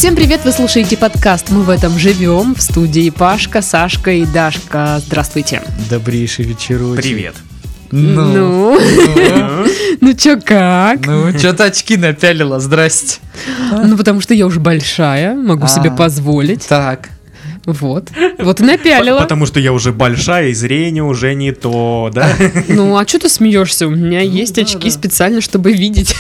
Всем привет, вы слушаете подкаст «Мы в этом живем», в студии Пашка, Сашка и Дашка. Здравствуйте. Добрейший вечерочек. Привет. Ну, чё как? Ну, чё-то очки напялила, здрасте. Ну, потому что я уже большая, могу себе позволить. Так. Вот и напялила. Потому что я уже большая, и зрение уже не то, да? Ну, а чё ты смеешься? У меня есть очки специально, чтобы видеть.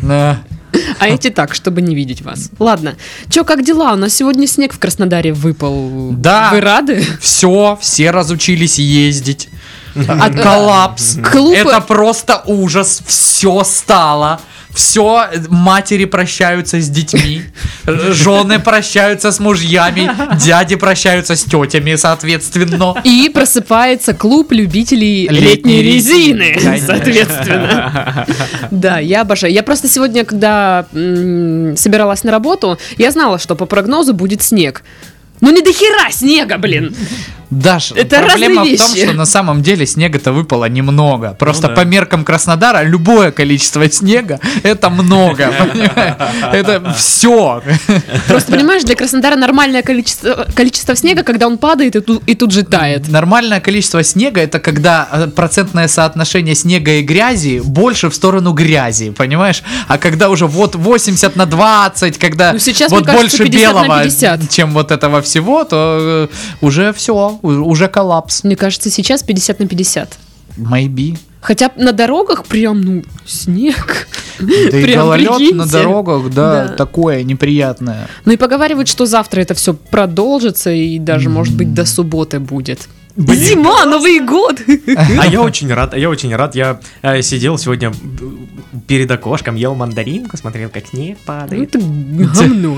А эти так, чтобы не видеть вас. Ладно, чё, как дела? У нас сегодня снег в Краснодаре выпал. Да. Вы рады? Все разучились ездить. Коллапс. Это просто ужас. Все стало. Все, матери прощаются с детьми, жены прощаются с мужьями, дяди прощаются с тетями, соответственно. И просыпается клуб любителей летней резины, Конечно. соответственно. Да, я обожаю. Я просто сегодня, когда собиралась на работу, я знала, что по прогнозу будет снег. Ну не до хера снега, блин! Даш, это проблема разные в том, вещи. что на самом деле снега-то выпало немного. Просто да. по меркам Краснодара любое количество снега это много. Понимаешь? Это все. Просто, понимаешь, для Краснодара нормальное количество снега, когда он падает и тут же тает. Нормальное количество снега это когда процентное соотношение снега и грязи больше в сторону грязи, понимаешь? А когда уже вот 80/20, когда Ну, сейчас, вот мне кажется, больше 50 на белого, 50. чем вот этого всего, то уже все, уже коллапс. Мне кажется, сейчас 50 на 50. Maybe. Хотя на дорогах прям, снег. Да и Прям гололед на прикиньте. дорогах, да, Да. такое неприятное. Ну и поговаривают, что завтра это все продолжится и даже, может быть, до субботы будет. Блин. Зима, Новый год! А я очень рад. Я сидел сегодня перед окошком, ел мандаринку, смотрел, как снег падает. Это говно.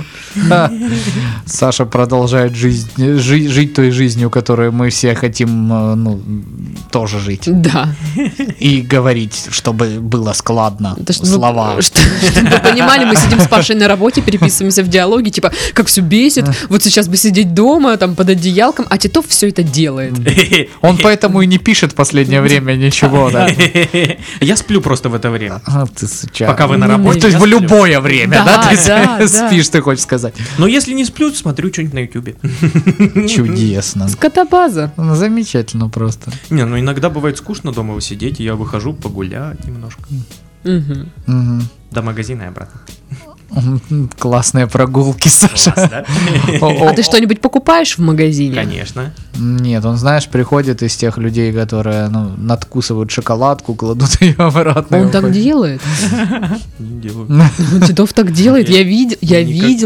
Саша продолжает жить той жизнью, которой мы все хотим, тоже жить. Да. И говорить, чтобы было складно. Это Слова. Чтобы вы понимали, мы сидим с Пашей на работе, переписываемся в диалоге, типа, как все бесит, вот сейчас бы сидеть дома, там, под одеялком, а Титов все это делает. Он поэтому и не пишет в последнее время ничего, да. Я сплю просто в это время. Ты сучара. Пока вы на работе. То есть я в сплю. любое время, Да, да? Ты да. спишь, ты хочешь сказать. Но если не сплю, смотрю что-нибудь на ютубе. Чудесно. Скотобаза. Замечательно просто. Не, иногда бывает скучно дома сидеть, и я выхожу погулять немножко. Мгм. Мгм. До магазина и обратно. Классные прогулки, Саша. Класс, да? А ты что-нибудь покупаешь в магазине? Конечно. Нет, он, знаешь, приходит из тех людей, которые, надкусывают шоколадку, кладут ее обратно. Он так делает? Не делаю. Титов так делает, я видела.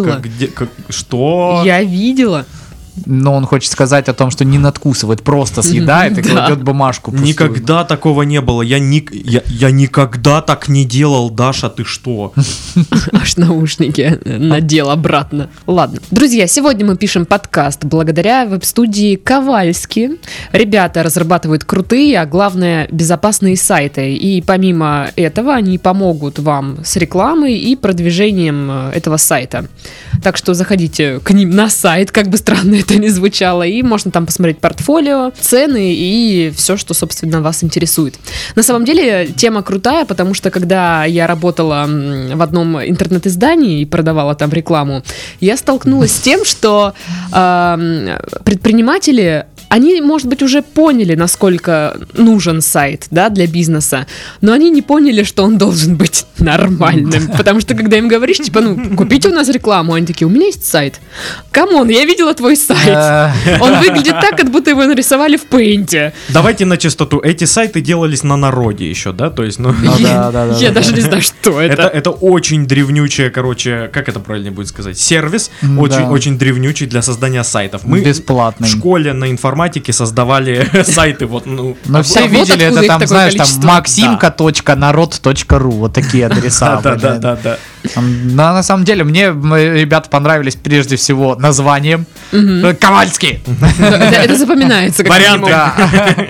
Что? Я видела. Но он хочет сказать о том, что не надкусывает, просто съедает и Да. кладет бумажку пустую. Никогда такого не было. Я никогда так не делал, Даша, ты что? Аж наушники надел обратно. Ладно. Друзья, сегодня мы пишем подкаст благодаря веб-студии Ковальски. Ребята разрабатывают крутые, а главное, безопасные сайты. И помимо этого они помогут вам с рекламой и продвижением этого сайта. Так что заходите к ним на сайт, как бы странно это ни звучало, и можно там посмотреть портфолио, цены и все, что, собственно, вас интересует. На самом деле тема крутая, потому что когда я работала в одном интернет-издании и продавала там рекламу, я столкнулась с тем, что предприниматели, они, может быть, уже поняли, насколько нужен сайт, да, для бизнеса, но они не поняли, что он должен быть нормальным, потому что когда им говоришь, типа, купите у нас рекламу, они такие, у меня есть сайт. Камон, я видела твой сайт. Он выглядит так, как будто его нарисовали в пейнте. Давайте на чистоту. Эти сайты делались на народе еще, да? То есть, Я даже не знаю, что это. Это очень древнючее, как это правильно будет сказать, сервис, очень древнючий для создания сайтов. Мы Бесплатный. в школе на информатике создавали сайты, Но все вот видели, откуда это их там, такое знаешь, там количество. maximka.narod.ru, вот такие адреса. Да. Но на самом деле мне ребята понравились прежде всего названием. Ковальский. Это запоминается как Варианты. минимум.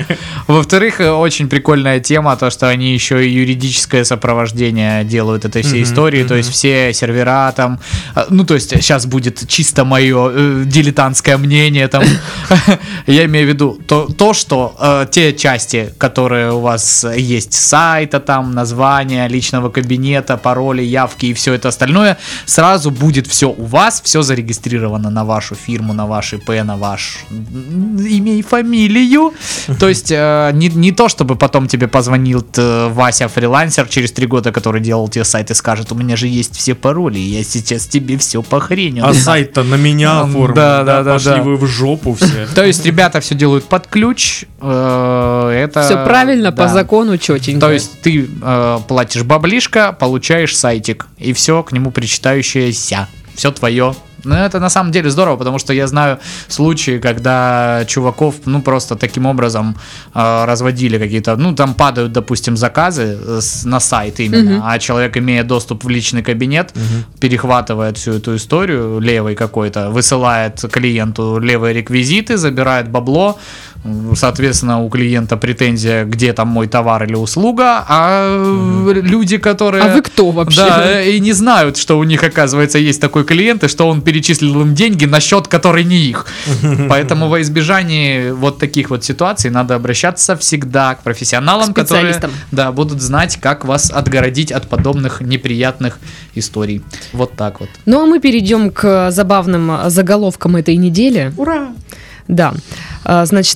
Во-вторых, очень прикольная тема, то, что они еще и юридическое сопровождение делают этой всей истории, то есть все сервера там, ну, то есть сейчас будет чисто мое дилетантское мнение, там, я имею в виду то, что те части, которые у вас есть сайта, там, название личного кабинета, пароли, явки и все это остальное, сразу будет все у вас, все зарегистрировано на вашу фирму, на ваш ИП, на ваш имя и фамилию. То есть не то, чтобы потом тебе позвонил Вася фрилансер через 3 года, который делал тебе сайт и скажет: у меня же есть все пароли, я сейчас тебе все похреню. А сайт-то на меня оформлен. Да. Пошли вы в жопу все. То есть ребята все делают под ключ. Это Все правильно, да. по закону четенько. То есть ты платишь баблишко, получаешь сайтик, и все к нему причитающееся. Все твое. Но это на самом деле здорово, потому что я знаю случаи, когда чуваков, ну, просто таким образом разводили какие-то, ну, там падают, допустим, заказы на сайт именно, а человек, имея доступ в личный кабинет, перехватывает всю эту историю левой какой-то, высылает клиенту левые реквизиты, забирает бабло, соответственно, у клиента претензия, где там мой товар или услуга, а люди, которые... А вы кто вообще? Да, и не знают, что у них, оказывается, есть такой клиент, и что он перечислил им деньги на счет, который не их. Поэтому во избежание вот таких вот ситуаций надо обращаться всегда к профессионалам, которые будут знать, как вас отгородить от подобных неприятных историй. Вот так вот. Ну, а мы перейдем к забавным заголовкам этой недели. Ура! Да, значит...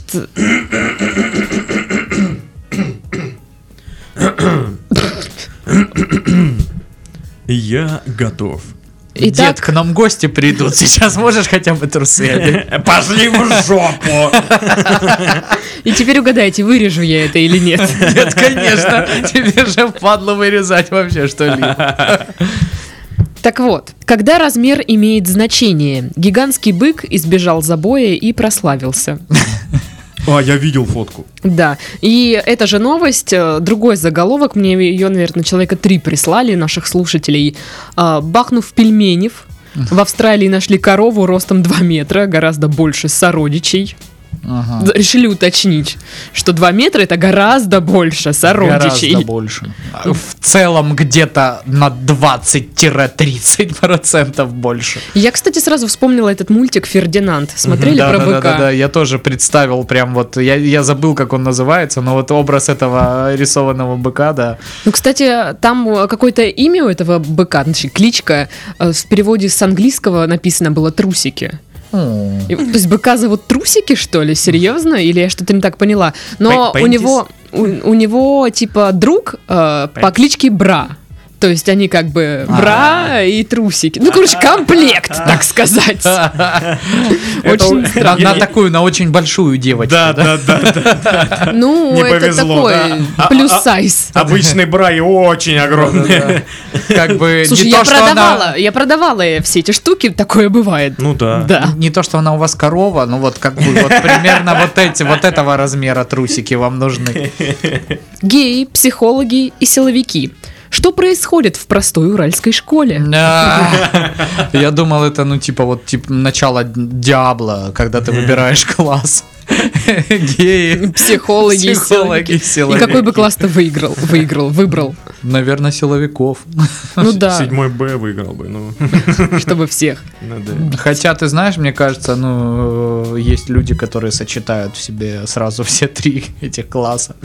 Я готов. Итак, Дед, к нам гости придут. Сейчас можешь хотя бы трусы одеть? Пошли в жопу! и теперь угадайте, вырежу я это или нет. Нет, конечно. Тебе же впадло вырезать вообще что-либо. Так вот, когда размер имеет значение, гигантский бык избежал забоя и прославился. А, я видел фотку. Да, и эта же новость, другой заголовок, мне ее, наверное, человека 3 прислали, наших слушателей. Бахнув пельменев, в Австралии нашли корову ростом 2 метра, гораздо больше сородичей. Ага. Решили уточнить, что 2 метра это гораздо больше сородичей. Гораздо больше. В целом где-то на 20-30% больше. Я, кстати, сразу вспомнила этот мультик «Фердинанд». Смотрели про быка? Да, я тоже представил прям вот, я забыл, как он называется, но вот образ этого рисованного быка, да. Ну, кстати, там какое-то имя у этого быка, значит, кличка, в переводе с английского написано было «трусики». То есть быка зовут Трусики, что ли? Серьезно? Или я что-то не так поняла? Но у него типа друг по кличке Бра. То есть они как бы бра и трусики. Ну, короче, комплект, так сказать. Очень странно. На очень большую девочку. Да. Ну, это такой плюс сайз. Обычный бра и очень огромный. Как бы слушай, я продавала все эти штуки, такое бывает. Ну да. Не то, что она у вас корова, но вот как бы вот примерно вот этого размера трусики вам нужны. Геи, психологи и силовики. Что происходит в простой уральской школе? Я думал, это, начало Диабло, когда ты выбираешь класс. Геи, психологи, силовики. И какой бы класс ты выбрал? Наверное, силовиков. Ну да. 7 Б выиграл бы, ну. Чтобы всех. Хотя, ты знаешь, мне кажется, есть люди, которые сочетают в себе сразу все 3 этих класса.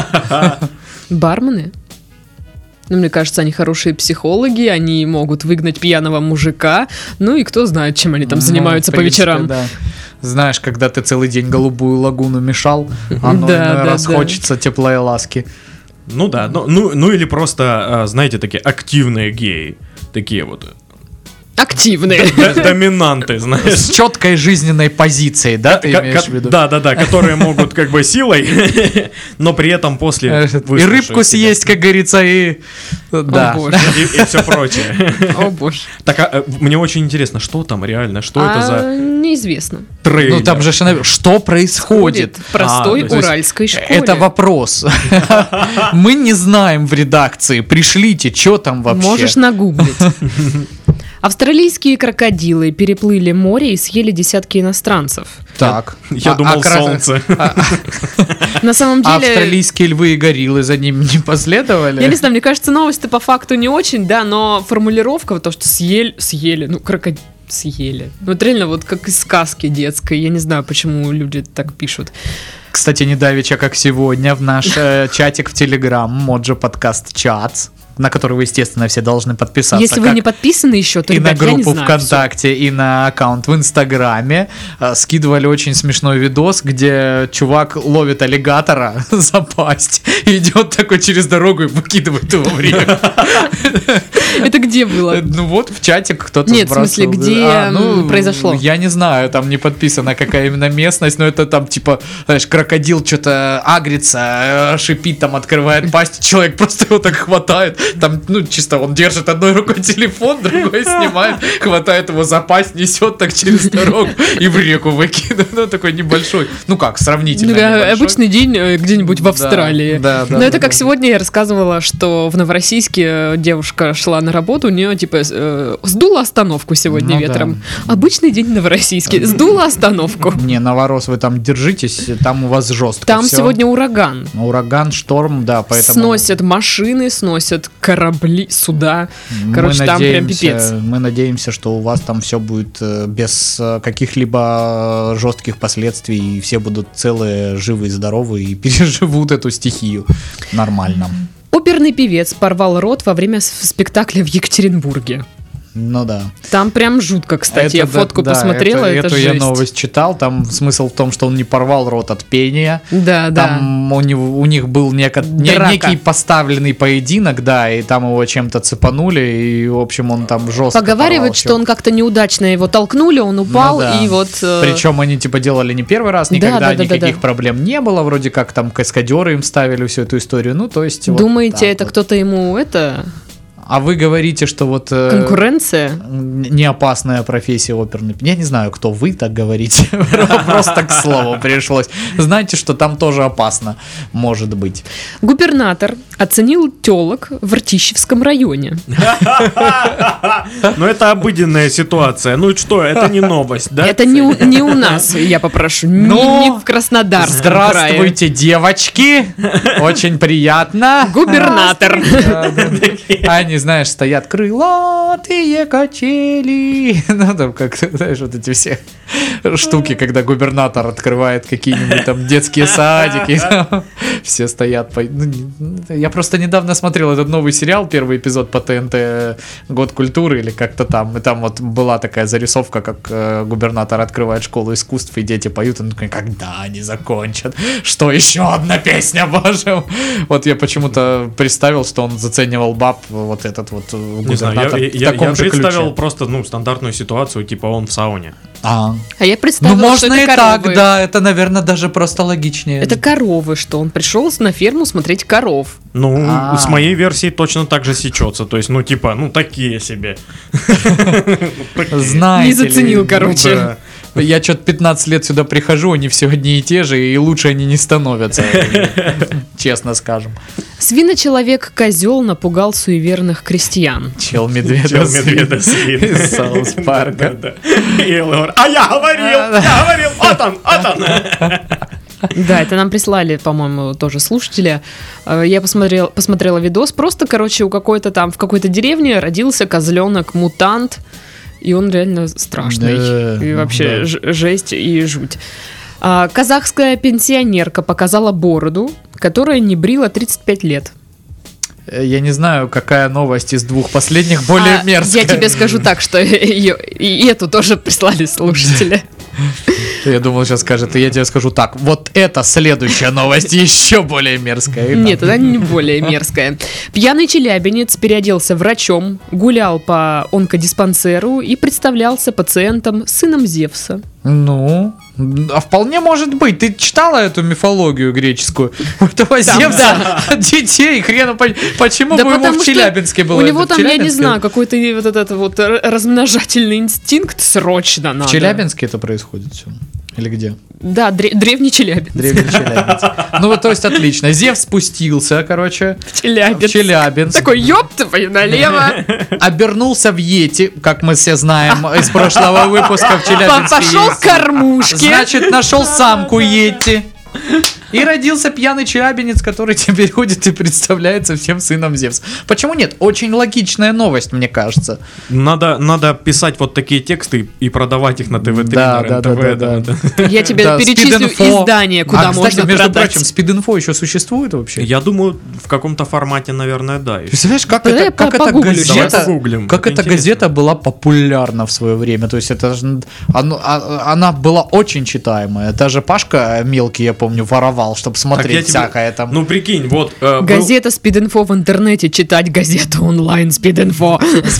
Бармены? Ну, мне кажется, они хорошие психологи, они могут выгнать пьяного мужика, ну и кто знает, чем они там занимаются по вечерам. Да. Знаешь, когда ты целый день голубую лагуну мешал, оно раз хочется тепла и ласки. Ну да, ну или просто, знаете, такие активные геи, такие вот. Активные. Доминанты, знаешь. С четкой жизненной позицией, да, ты имеешь в виду? Да, которые могут как бы силой, но при этом после... И рыбку съесть, как говорится, и... Да. И все прочее. О боже. Так, мне очень интересно, что там реально, что это за... Неизвестно. Трейлер. Ну там же что происходит в простой уральской школе? Это вопрос. Мы не знаем в редакции, пришлите, что там вообще. Можешь нагуглить. Австралийские крокодилы переплыли море и съели десятки иностранцев. Так. Я думал, солнце. На самом деле... Австралийские львы и гориллы за ним не последовали? Я не знаю, мне кажется, новость-то по факту не очень, да, но формулировка, то, что съели, ну, крокодил. Съели. Ну, это реально вот как из сказки детской. Я не знаю, почему люди так пишут. Кстати, недавеча, как сегодня, в наш чатик в Телеграм, Моджо подкаст Чатс, на который вы, естественно, все должны подписаться. Если вы не подписаны еще, то, и ребят, на я не группу знаю, ВКонтакте, и на аккаунт в Инстаграме скидывали очень смешной видос, где чувак ловит аллигатора за пасть и идет такой через дорогу и выкидывает его в реку. Это где было? Ну вот в чатик кто-то Нет, в сбрасывал. смысле, где произошло? Я не знаю, там не подписано, какая именно местность, но это там типа, знаешь, крокодил что-то агрится, шипит, там открывает пасть, человек просто его так хватает, там, ну, чисто он держит одной рукой телефон, другой снимает, хватает его за пасть, несет так через дорогу и в реку выкидывает. Ну, такой небольшой, ну как, сравнительно небольшой. Обычный день где-нибудь в Австралии. Да, Но это как сегодня я рассказывала, что в Новороссийске девушка шла на работу, у нее типа сдуло остановку сегодня Ну ветром. Обычный день в Новороссийске. Сдуло остановку. Не, Новорос, вы там держитесь, там у вас жестко. Там всё. сегодня ураган. Ураган, шторм, да, поэтому... Сносят машины, сносят корабли, суда. Короче, там прям пипец. Мы надеемся, что у вас там все будет без каких-либо жестких последствий, и все будут целые, живы и здоровы, и переживут эту стихию нормально. Оперный певец порвал рот во время спектакля в Екатеринбурге. Ну да. Там прям жутко, кстати. Я Это, фотку посмотрела, это эту жесть. я новость читал. Там смысл в том, что он не порвал рот от пения. Да, да. Там у них был некий поставленный поединок, да, и там его чем-то цепанули, и, в общем, он там жестко Поговаривают, порвал что он как-то неудачно его толкнули, он упал, Ну да. и вот... Причем они типа делали не первый раз, Да, никогда да, да, никаких да. проблем не было, вроде как там каскадеры им ставили всю эту историю, ну то есть... вот Думаете, так это вот. кто-то ему А вы говорите, что вот... конкуренция? Не опасная профессия оперный. Я не знаю, кто вы так говорите. Просто к слову пришлось. Знаете, что там тоже опасно, может быть. Губернатор оценил телок в Ртищевском районе. Ну, это обыденная ситуация. Ну, что, это не новость, да? Это не у нас, я попрошу, не в Краснодарском крае. Здравствуйте, девочки! Очень приятно. Губернатор. Они, знаешь, стоят крылатые качели. Ну, там как, знаешь, вот эти все штуки, когда губернатор открывает какие-нибудь там детские садики. Там все стоят. Я просто недавно смотрел этот новый сериал, первый эпизод по ТНТ «Год культуры» или как-то там. И там вот была такая зарисовка, как губернатор открывает школу искусств, и дети поют. Он такой, когда они закончат? Что, еще одна песня, боже? Вот я почему-то представил, что он заценивал баб, вот этот вот Не знаю, губернатор в я таком же представил ключе. просто, ну, стандартную ситуацию, типа он в сауне. А я Ну, представила, что можно это и так, коровы. да, это, наверное, даже просто логичнее. Это коровы, что он пришел на ферму смотреть коров. Ну, А. с моей версией точно так же сечется. То есть, ну, типа, ну, такие себе. Знаете Не заценил, ли, короче. да. Я что-то 15 лет сюда прихожу, они все одни и те же, и лучше они не становятся, честно скажем. Свиночеловек-козел напугал суеверных крестьян. Чел медведа Чел медведа свин. из Саус Парка. Да-да. И Эллор, а я говорил, вот он. Да, это нам прислали, по-моему, тоже слушатели. Я посмотрела видос. Просто, короче, в какой-то деревне родился козленок-мутант. И он реально страшный. Да, И вообще да. жесть и жуть. Казахская пенсионерка показала бороду, которая не брила 35 лет. Я не знаю, какая новость из двух последних более мерзкая. Я тебе скажу так, что ее и эту тоже прислали слушатели. Я думал, сейчас скажет, и я тебе скажу так. Вот это следующая новость еще более мерзкая. Итак. Нет, она не более мерзкая. Пьяный челябинец переоделся врачом, гулял по онкодиспансеру и представлялся пациентом сыном Зевса. Ну, а вполне может быть. Ты читала эту мифологию греческую? У этого Зевса от детей, хрена почему Да бы ему потому в что Челябинске было? У него Это в там, я не Челябинске? знаю, какой-то вот этот вот размножательный инстинкт срочно надо. В Челябинске это происходит все. Или где? Да, древний Челябинск. Древний Челябинск. Ну вот, то есть отлично. Зевс спустился, короче, в Челябинск. Такой, ёб твою налево. Обернулся в Йети, как мы все знаем из прошлого выпуска в Челябинске. Пошел к кормушке. Значит, нашел самку Йети. И родился пьяный челябинец, который теперь ходит и представляется всем сыном Зевса. Почему нет? Очень логичная новость, мне кажется. Надо писать вот такие тексты и продавать их на ТВ3, Да. Я тебе Да, перечислю Speed.info. издание, куда кстати, можно между продать. прочим, Speed.info еще существует вообще? Я думаю, в каком-то формате, наверное, да. еще. Представляешь, как Давай эта погуглю газета, сейчас. Давай погуглим, как это эта интересно. газета была популярна в свое время. То есть это же, она была очень читаемая. Даже Пашка мелкий, я помню, воровал, чтобы Так смотреть я тебе- всякое там. Ну прикинь, вот был- Газета Speed.info в интернете, читать газету онлайн Speed.info.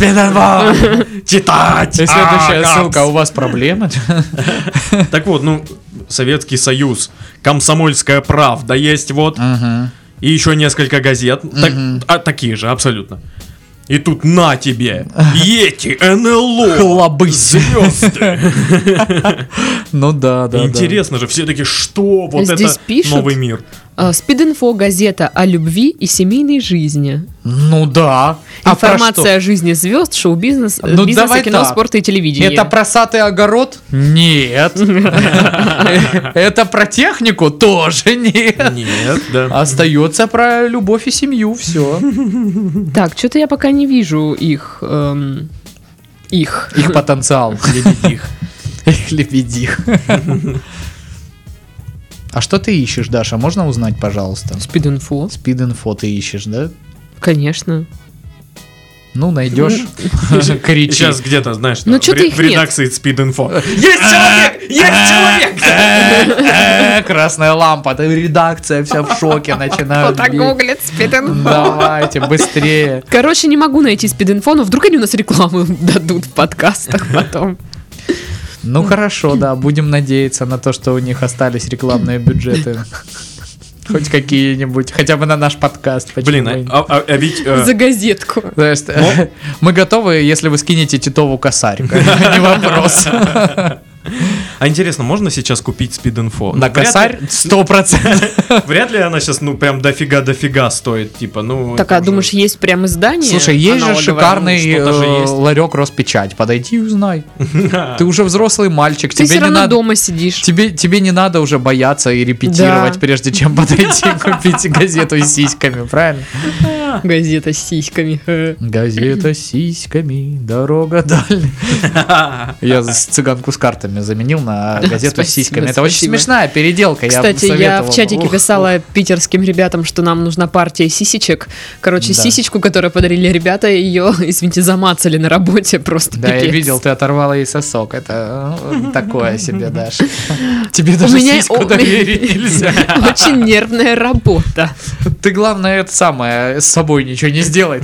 читать. И следующая как? ссылка, у вас проблемы? Так вот, Советский Союз, Комсомольская правда есть вот, и еще несколько газет, такие же абсолютно. И тут на тебе, Йети, НЛО, Хлобысь. звезды. Ну да. Интересно же, все такие, что вот Здесь это пишут. новый мир. Speed.info газета о любви и семейной жизни. Ну да. А про Информация о жизни звезд, шоу-бизнес, Ну, бизнеса, давай кино, так. спорта и что? телевидения. Это про сад и огород? Нет. Это про технику? Тоже нет. Нет, да. Остается про любовь и семью, все. Так, что-то я пока не вижу их. Их. Их потенциал. Лебедих. Их лебедих. А что ты ищешь, Даша? Можно узнать, пожалуйста? Speed.info. Speed.info ты ищешь, да? Конечно. Ну, найдешь. Кричи. Сейчас где-то, знаешь, Ну, чё-то их в редакции Speed.info. Есть человек! Красная лампа, да, редакция вся в шоке начинает. Кто-то гуглит Speed.info. Давайте, быстрее. Короче, не могу найти Speed.info, но вдруг они у нас рекламу дадут в подкастах потом. Ну хорошо, да, будем надеяться на то, что у них остались рекламные бюджеты. Хоть какие-нибудь, хотя бы на наш подкаст. почему Блин, бы и нет. а ведь... За газетку. То есть, мы готовы, если вы скинете Титову косарь. Не вопрос. А интересно, можно сейчас купить Speed.info? На косарь 100%. Вряд ли она сейчас, прям дофига стоит, типа, Так, а думаешь, есть прям издание? Слушай, есть же аналоговое? шикарный что-то же есть. ларек Роспечать. Подойди и узнай. Ты уже взрослый мальчик, Ты все тебе не равно надо... дома сидишь. Тебе не надо уже бояться и репетировать, Да. прежде чем подойти и купить газету с сиськами, правильно? Газета с сиськами. Газета с сиськами, дорога дальняя. Я цыганку с картами заменил на газету с Спасибо, сиськами. Это очень спасибо. смешная переделка. Кстати, я советовал. в чатике Ух, писала питерским ребятам, что нам нужна партия сисечек. Короче, Да. сисечку, которую подарили ребята, ее, извините, замацали на работе просто. Да, я пипец. видел, ты оторвала ей сосок. Это такое себе, Даша. Тебе У даже меня сиську доверить нельзя. очень нервная работа. Ты, главное, это самое, с собой ничего не сделай.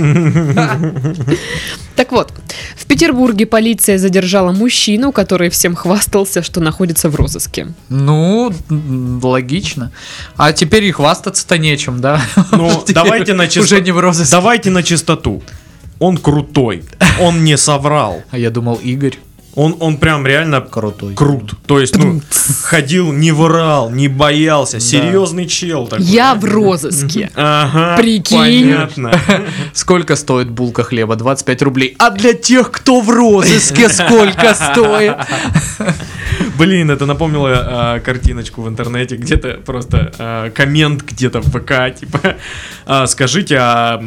Так вот, в Петербурге полиция задержала мужчину, который всем хвастался, что находится в розыске. Ну, логично. А теперь и хвастаться-то нечем, да? Ну, Теперь давайте на чистоту. Уже не в розыске. Давайте на чистоту. Он крутой. Он не соврал. А я думал, Игорь Он прям реально крутой. крут. То есть, ходил, не врал, не боялся. Серьезный чел такой. Я в розыске. Ага, Прикинь. понятно. Сколько стоит булка хлеба? 25 рублей. А для тех, кто в розыске, сколько стоит? Блин, это напомнило картиночку в интернете, где-то просто коммент где-то в ВК, типа, скажите,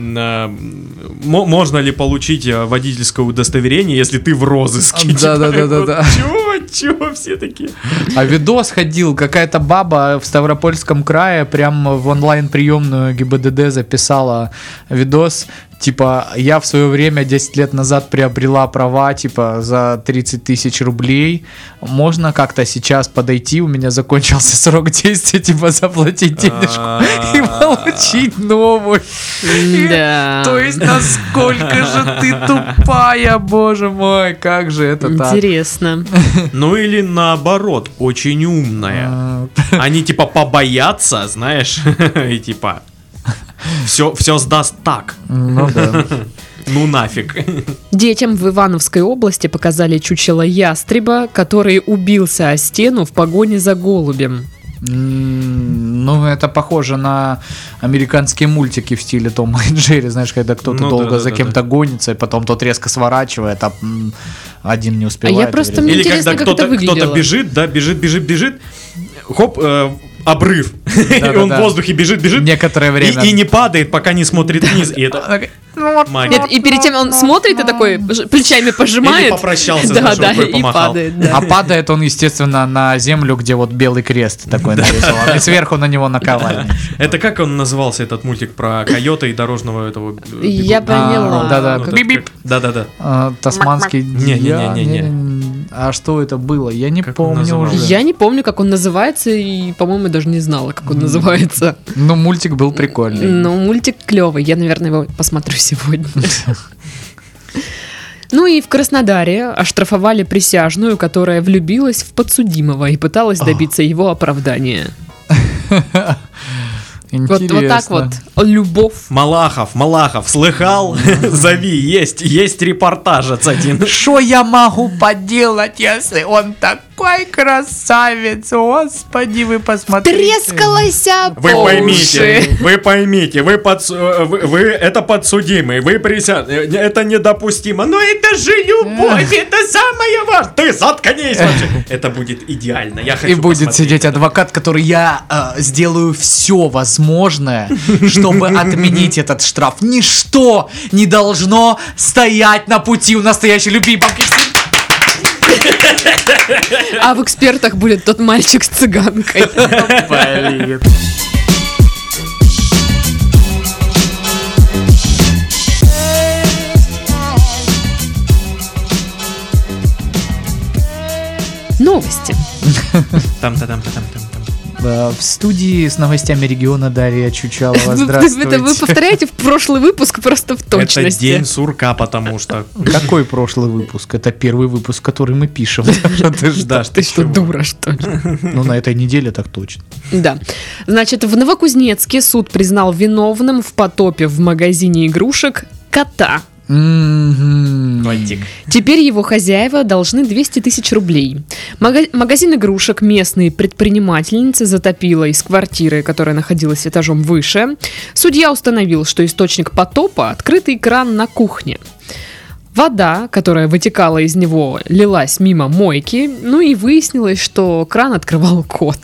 можно ли получить водительское удостоверение, если ты в розыске? Да. Чего все такие? А видос ходил, какая-то баба в Ставропольском крае прям в онлайн-приемную ГИБДД записала видос, типа, я в свое время 10 лет назад приобрела права, типа, за 30 тысяч рублей, можно как-то сейчас подойти, у меня закончился срок действия, типа, заплатить денежку и получить новую. Да. То есть, насколько же ты тупая, боже мой, как же это так? Интересно. Ну или наоборот, очень умная. Они типа побоятся, знаешь, и типа все сдаст так. Ну да. Ну нафиг. Детям в Ивановской области показали чучело ястреба, который убился о стену в погоне за голубем. Ну, это похоже на американские мультики в стиле Тома и Джерри, знаешь, когда кто-то Ну, долго да, за да, кем-то гонится, и потом тот резко сворачивает, а один не успевает. я просто врезать. Мне Или интересно, когда как это кто-то выглядело. бежит, да, бежит, хоп, обрыв. И Да-да-да. он в воздухе бежит. Некоторое время. И не падает, пока не смотрит вниз. И это магия. Нет, и перед тем он смотрит и такой плечами пожимает. Или попрощался, да, знаешь, да, рукой и помахал. падает. Да. А падает он, естественно, на землю, где вот белый крест такой нарисован. И сверху на него наковальня. Это как он назывался, этот мультик про койота и дорожного этого... Я поняла. да-да, Вот бип-бип. это Да-да-да. Тасманский Не-не-не-не-не. А что это было? Я не Как он помню назывался? уже. Я не помню, как он называется, и, по-моему, даже не знала, как он называется. Ну, мультик был прикольный. Ну, мультик клевый. Я, наверное, его посмотрю сегодня. Ну и в Краснодаре оштрафовали присяжную, которая влюбилась в подсудимого и пыталась добиться его оправдания. Вот так вот. Любовь. Малахов, слыхал? Зови, есть репортажец один. Что я могу поделать, если он такой красавец? Господи, вы посмотрите. Трескалась Вы поймите, вы это подсудимый, вы это недопустимо. Но это же любовь, это самое важное. Ты заткнись вообще. Это будет идеально. Я хочу И будет посмотреть. сидеть адвокат, который я сделаю все возможное, чтобы отменить этот штраф. Ничто не должно стоять на пути у настоящей любви. Бабки А в экспертах будет тот мальчик с цыганкой. Блин. Новости. Там-та-там-та-там-там. В студии с новостями региона Дарья Чучалова. Вы Здравствуйте. повторяете в прошлый выпуск просто в Это точности. день сурка, потому что... Какой прошлый выпуск? Это первый выпуск, который мы пишем. Ты ж- Да, Ты что, чего? дура, что ли? Ну, на этой неделе так точно. Да. Значит, в Новокузнецке суд признал виновным в потопе в магазине игрушек кота. Мгм. Котик. Теперь его хозяева должны 200 тысяч рублей. Магазин игрушек местной предпринимательницы затопило из квартиры, которая находилась этажом выше. Судья установил, что источник потопа – открытый кран на кухне. Вода, которая вытекала из него, лилась мимо мойки, ну и выяснилось, что кран открывал кот.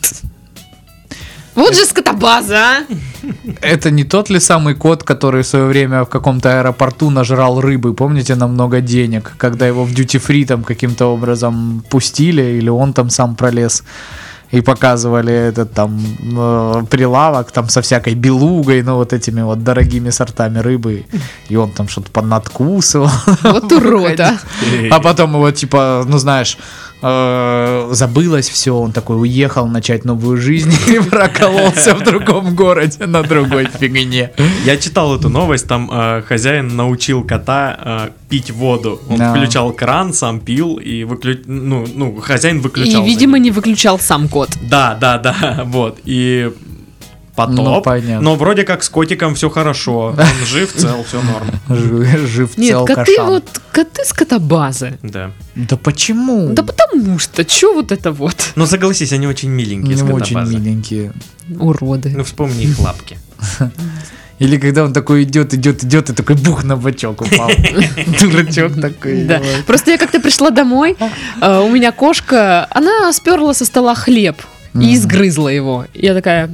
Вот же скотобаза, а! Это не тот ли самый кот, который в свое время в каком-то аэропорту нажрал рыбы, помните, на много денег, когда его в дьюти-фри там каким-то образом пустили, или он там сам пролез, и показывали этот там прилавок там со всякой белугой, ну вот этими вот дорогими сортами рыбы, и он там что-то поднадкусывал. Вот урод, а! А потом его типа, ну знаешь, забылось все, он такой уехал начать новую жизнь и прокололся в другом городе на другой фигне. Я читал эту новость, там хозяин научил кота пить воду. Он Да. включал кран, сам пил, и хозяин выключал. И, за видимо, ним. не выключал сам кот. Да, вот. И потоп. Ну, понятно. Но вроде как с котиком все хорошо. Он жив, цел, все норм. Жив Нет, цел коты кашан. вот, коты скотобазы. Да. Да почему? Да потому что, чё вот это вот? Но согласись, они очень миленькие, Не с очень котобазы. миленькие. Уроды. Ну вспомни их лапки. Или когда он такой идет, и такой бух на бочок упал. Дурачок такой. Да. Просто я как-то пришла домой, у меня кошка, она сперла со стола хлеб и изгрызла его. Я такая,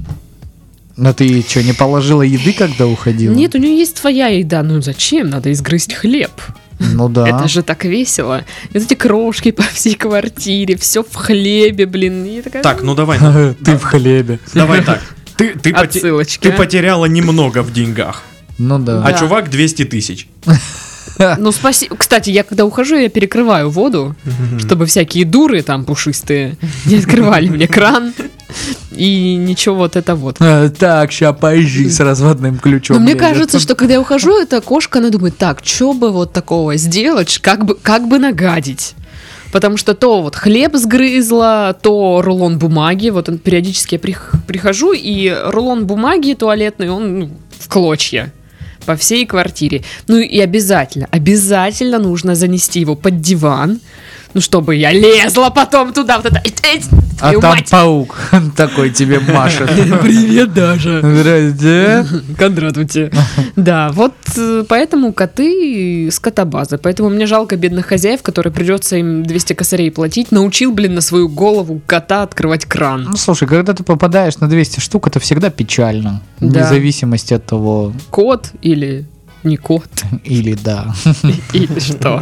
Но ты что, не положила еды, когда уходила? нет, у нее есть своя еда, ну зачем, надо изгрызть хлеб. Ну да. Это же так весело. И вот эти крошки по всей квартире, все в хлебе, блин. И я такая, Так, ну давай. Ты в хлебе. Давай так. Отсылочка. Ты потеряла немного в деньгах, Ну да. а Да. чувак 200 тысяч. Ну, спасибо. Кстати, я когда ухожу, я перекрываю воду, чтобы всякие дуры там пушистые не открывали мне кран. И ничего вот это вот. Так, ща поезжай с разводным ключом. Но мне лезет. кажется, что когда я ухожу, эта кошка, она думает, так, что бы вот такого сделать, как бы нагадить. Потому что то вот хлеб сгрызла, то рулон бумаги. Вот он периодически я прихожу, и рулон бумаги туалетный, он в клочья. по всей квартире. Ну и обязательно нужно занести его под диван, ну чтобы я лезла потом туда, вот это. А твою там мать. паук такой тебе машет. Привет, Даша. Здрасте. Кондратуйте. Да, вот поэтому коты скотобаза. Поэтому мне жалко бедных хозяев, которые придется им 200 косарей платить. Научил, на свою голову кота открывать кран. Ну, слушай, когда ты попадаешь на 200 штук, это всегда печально. Да. Вне зависимости от того, Кот или не кот, или да. или что.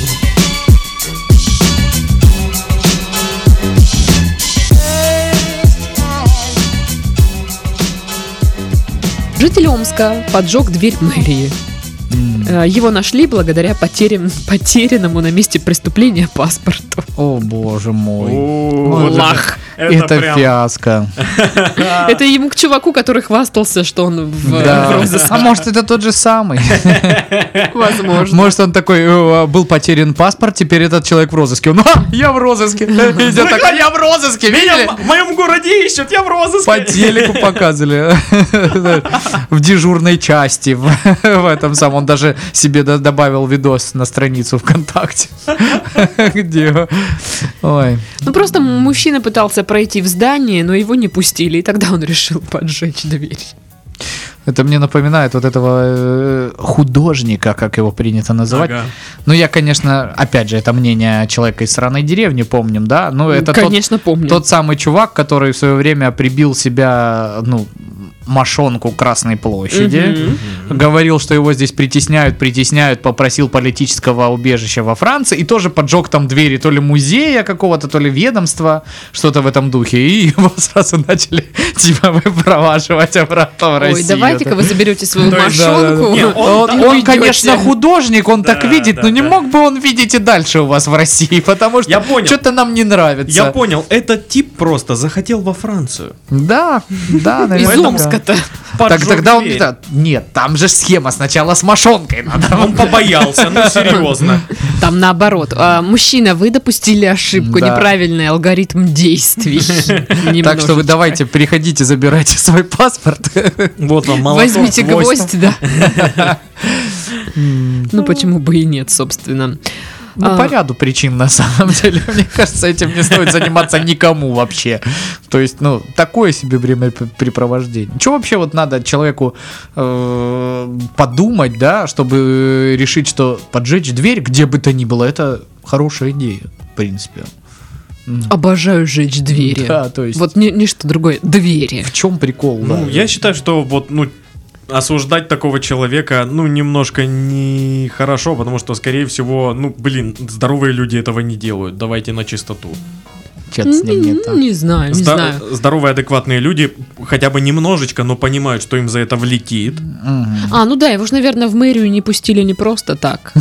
Житель Омска поджег дверь мэрии. Его нашли благодаря потерянному на месте преступления паспорту. О, боже мой. Вот Лах. Это прям- фиаско. Это ему к чуваку, который хвастался, что он в Да. розыске. А может, это тот же самый? Возможно. Может, он такой, был потерян паспорт, теперь этот человек в розыске. Он, я в розыске. Идет такой, я в розыске, видели? Меня в моем городе ищут, я в розыске. По телеку показывали. В дежурной части. В этом самом. Он даже себе добавил видос на страницу ВКонтакте. Где? Ой. Ну просто мужчина пытался пройти в здание, но его не пустили, и тогда он решил поджечь дверь. Это мне напоминает вот этого художника, как его принято называть. Ага. Ну, я, конечно, опять же, это мнение человека из сраной деревни, помним, да? Ну, это Конечно, помню. тот самый чувак, который в свое время прибил себя, ну, мошонку Красной площади. Говорил, что его здесь притесняют, попросил политического убежища во Франции и тоже поджег там двери то ли музея какого-то, то ли ведомства, что-то в этом духе. И его сразу начали типа выпроваживать обратно в Россию. Ой, давайте-ка вы заберете свою То есть, мошонку. Не, Он, и уйдете. конечно, художник, он так Да, видит, да, но не да. мог бы он видеть и дальше у вас в России, потому Я что понял. что-то нам не нравится. Я понял, этот тип просто захотел во Францию. Да, Из наверное. Омска-то. Так Поджег тогда он... дверь. да, нет, там же схема сначала с мошонкой надо. Он побоялся, ну серьезно. Там наоборот. Мужчина, вы допустили ошибку, Да. неправильный алгоритм действий. Так что вы давайте, приходите, забирайте свой паспорт. Вот вам молоток, Возьмите гвоздь, да. Ну почему бы и нет, собственно. Ну, по ряду причин, на самом деле. Мне кажется, этим не стоит заниматься никому вообще. То есть, ну, такое себе времяпрепровождение. Что вообще вот надо человеку подумать, да, чтобы решить, что поджечь дверь, где бы то ни было, это хорошая идея, в принципе. Обожаю жечь двери. Да, то есть... Вот ничто другое. Двери. В чем прикол? Ну, да? я считаю, что вот, ну, осуждать такого человека, ну, немножко нехорошо, потому что, скорее всего, ну, блин, здоровые люди этого не делают. Давайте на чистоту. Что-то с ним не так. Не знаю, не знаю. Здоровые, адекватные люди хотя бы немножечко, но понимают, что им за это влетит. Ну да, его же, наверное, в мэрию не пустили не просто так.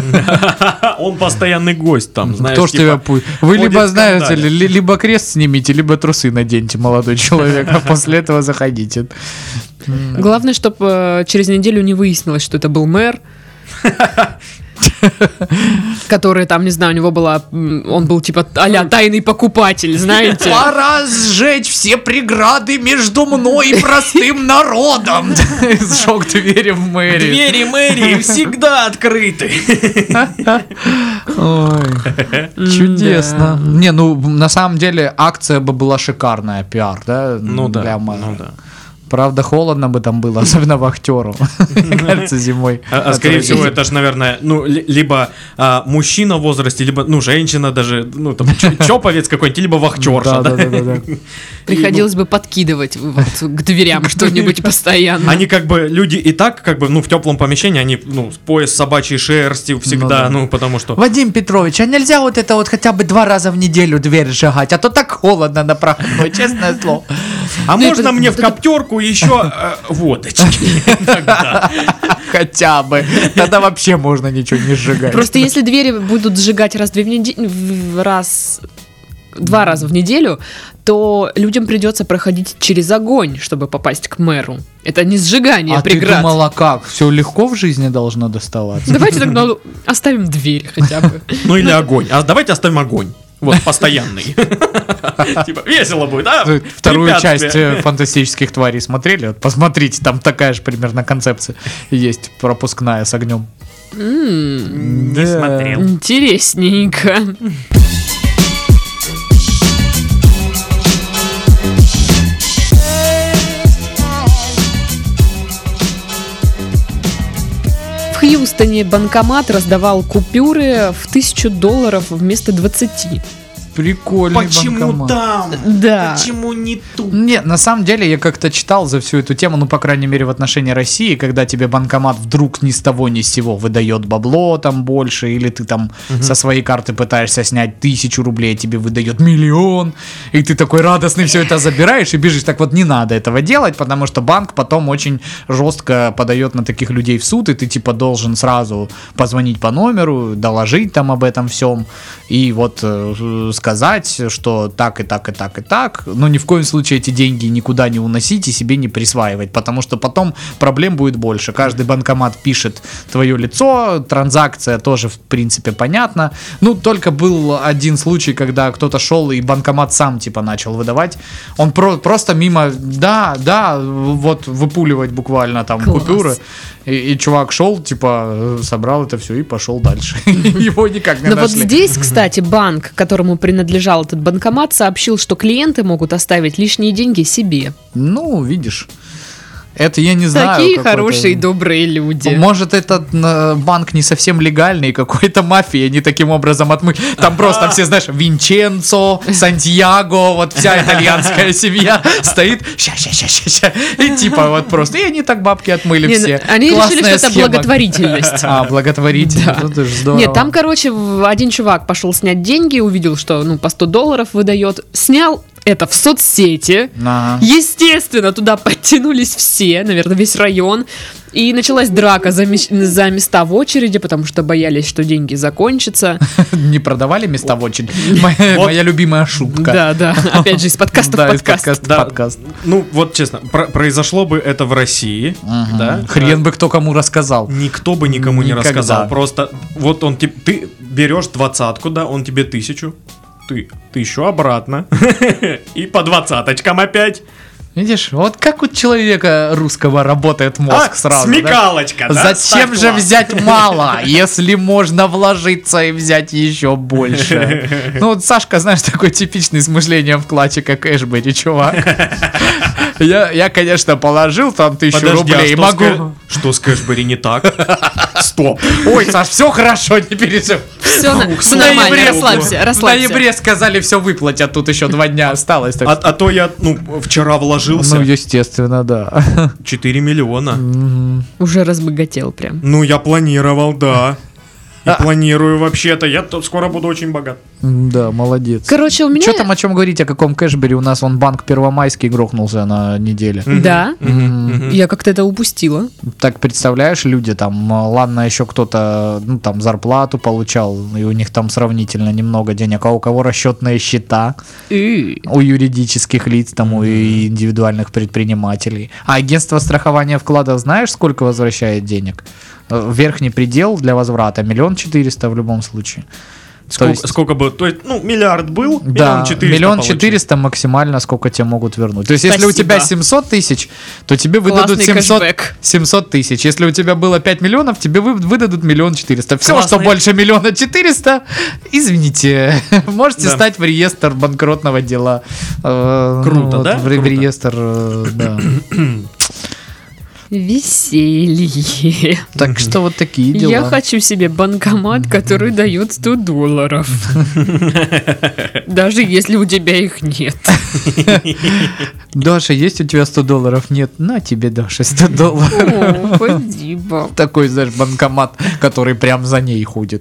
Он постоянный гость там, знаешь. Кто ж тебя пусть? Вы ходит либо, в знаете, скандале. либо крест снимите, либо трусы наденьте, молодой человек, а после этого заходите. Главное, чтобы через неделю не выяснилось, что это был мэр. Который там, не знаю, у него была... Он был типа а-ля тайный покупатель, знаете. Пора сжечь все преграды между мной и простым народом. Сжег двери в мэрию. Двери мэрии всегда открыты. Ой, чудесно. Не, ну, на самом деле, акция бы была шикарная, пиар, да? Ну да, для мэра. ну да. Правда, холодно бы там было, особенно вахтеру. Мне кажется, зимой. А скорее всего, это же, наверное, ну, либо мужчина в возрасте, либо, ну, женщина даже, ну, там, чоповец какой-нибудь, либо вахтерша, да? Да. Приходилось бы подкидывать вот к дверям что-нибудь постоянно. Они как бы, люди и так, как бы, ну, в теплом помещении, они, ну, пояс собачьей шерсти всегда, Ну да. ну, потому что... Вадим Петрович, а нельзя вот это вот хотя бы 2 раза в неделю дверь сжигать, а то так холодно на проходной, честное слово. А Ну, можно это- мне в коптерку еще водочки? Иногда. Хотя бы. Тогда вообще можно ничего не сжигать. Просто если двери будут сжигать два раза в неделю, то людям придется проходить через огонь, чтобы попасть к мэру. Это не сжигание А ты преград. думала как? Все легко в жизни должно доставаться? Давайте тогда оставим дверь хотя бы. Ну, или огонь. А давайте оставим огонь. Вот, постоянный. Типа, весело будет, а? Вторую Препятствие. часть «Фантастических тварей» смотрели? Вот посмотрите, там такая же примерно концепция есть, пропускная с огнем. Не смотрел. Интересненько. В Хьюстоне банкомат раздавал купюры в $1000 вместо 20. Прикольный Почему банкомат. там? Да. Почему не тут? Нет, на самом деле я как-то читал за всю эту тему, ну, по крайней мере, в отношении России, когда тебе банкомат вдруг ни с того ни с сего выдает бабло там больше, или ты там со своей карты пытаешься снять 1000 рублей, а тебе выдает 1 000 000, и ты такой радостный все это забираешь и бежишь. Так вот, не надо этого делать, потому что банк потом очень жестко подает на таких людей в суд, и ты типа должен сразу позвонить по номеру, доложить там об этом всем, и вот сказать, что так и так и так и так, но ни в коем случае эти деньги никуда не уносить и себе не присваивать, потому что потом проблем будет больше. Каждый банкомат пишет твое лицо, транзакция тоже в принципе понятна. Ну, только был один случай, когда кто-то шел и банкомат сам типа начал выдавать. Он просто мимо, да, вот выпуливать буквально там Класс. купюры. И чувак шел, типа, собрал это все и пошел дальше. Его никак не Но вот нашли. здесь, кстати, банк, которому принадлежал этот банкомат, сообщил, что клиенты могут оставить лишние деньги себе. Ну, видишь. Это я не знаю. Такие какой-то- хорошие, добрые люди. Может, этот банк не совсем легальный, какой-то мафии, они таким образом отмыли. Там просто все, знаешь, Винченцо, Сантьяго, вот вся итальянская семья стоит, ща, и типа вот просто, и они так бабки отмыли Не, все. они решили, Классная что это схема. благотворительность. А, благотворительность, Да. ну, это ж здорово. Нет, там, короче, один чувак пошел снять деньги, увидел, что, ну, по $100 выдает, снял это в соцсети. Ага. Естественно, туда подтянулись все, наверное, весь район. И началась драка за места в очереди, потому что боялись, что деньги закончатся. Не продавали места в очередь? Вот. Моя любимая шутка. Да. Опять же, из подкаста Да, в из подкаст. подкаста в Да, подкаст. ну вот честно, произошло бы это в России, да? Хрен бы кто кому рассказал. Никто бы никому не Никогда. рассказал. Просто вот он ты берешь 20-ку, да, он тебе 1000, ты 1000 обратно и по 20-очкам опять. Видишь, вот как у человека русского работает мозг сразу. да? смекалочка, да? Зачем Так же классно. взять мало, если можно вложиться и взять еще больше? Ну вот Сашка, знаешь, такой типичный с мышлением вкладчика Кэшбэри, чувак. Я, конечно, положил там 1000 Подожди, а рублей, что могу... что с Кэшбэри не так? Стоп. Ой, Саш, все хорошо, не переживай. Все В нормально, ноябре- расслабься, В расслабься. ноябре сказали, все выплатят, тут еще 2 дня осталось. так что- А то я, вчера вложился Ну, естественно, да. 4 миллиона. Уже разбогател прям. Ну, я планировал, да. И планирую вообще-то. Я тут скоро буду очень богат. Да, молодец. Короче, у меня... Что там, о чем говорить, о каком Кэшбэре? У нас он банк Первомайский грохнулся на неделе. Да, я как-то это упустила. Так представляешь, люди там, ладно, еще кто-то, ну там зарплату получал, и у них там сравнительно немного денег, а у кого расчетные счета, у юридических лиц, там, у индивидуальных предпринимателей. А агентство страхования вкладов знаешь, сколько возвращает денег? Верхний предел для возврата 1 400 000 в любом случае. То есть- Сколько бы, то есть, миллиард был, Да, 1 400 000 1 получил. 400 000 максимально, сколько тебе могут вернуть. То есть, если у Спасибо. тебя 700 тысяч, то тебе выдадут Классный 700 тысяч. Если у тебя было 5 миллионов, тебе выдадут 1 400 000. Все, Классный. что больше 1 400 000, извините, можете Да. стать в реестр банкротного дела. Круто, да? В Круто. реестр, да. Веселье. Так что вот такие дела. Я хочу себе банкомат, который дает $100. Даже если у тебя их нет. Даша, есть у тебя $100? Нет, на тебе, Даша, $100. О, спасибо. Такой, знаешь, банкомат, который прям за ней ходит.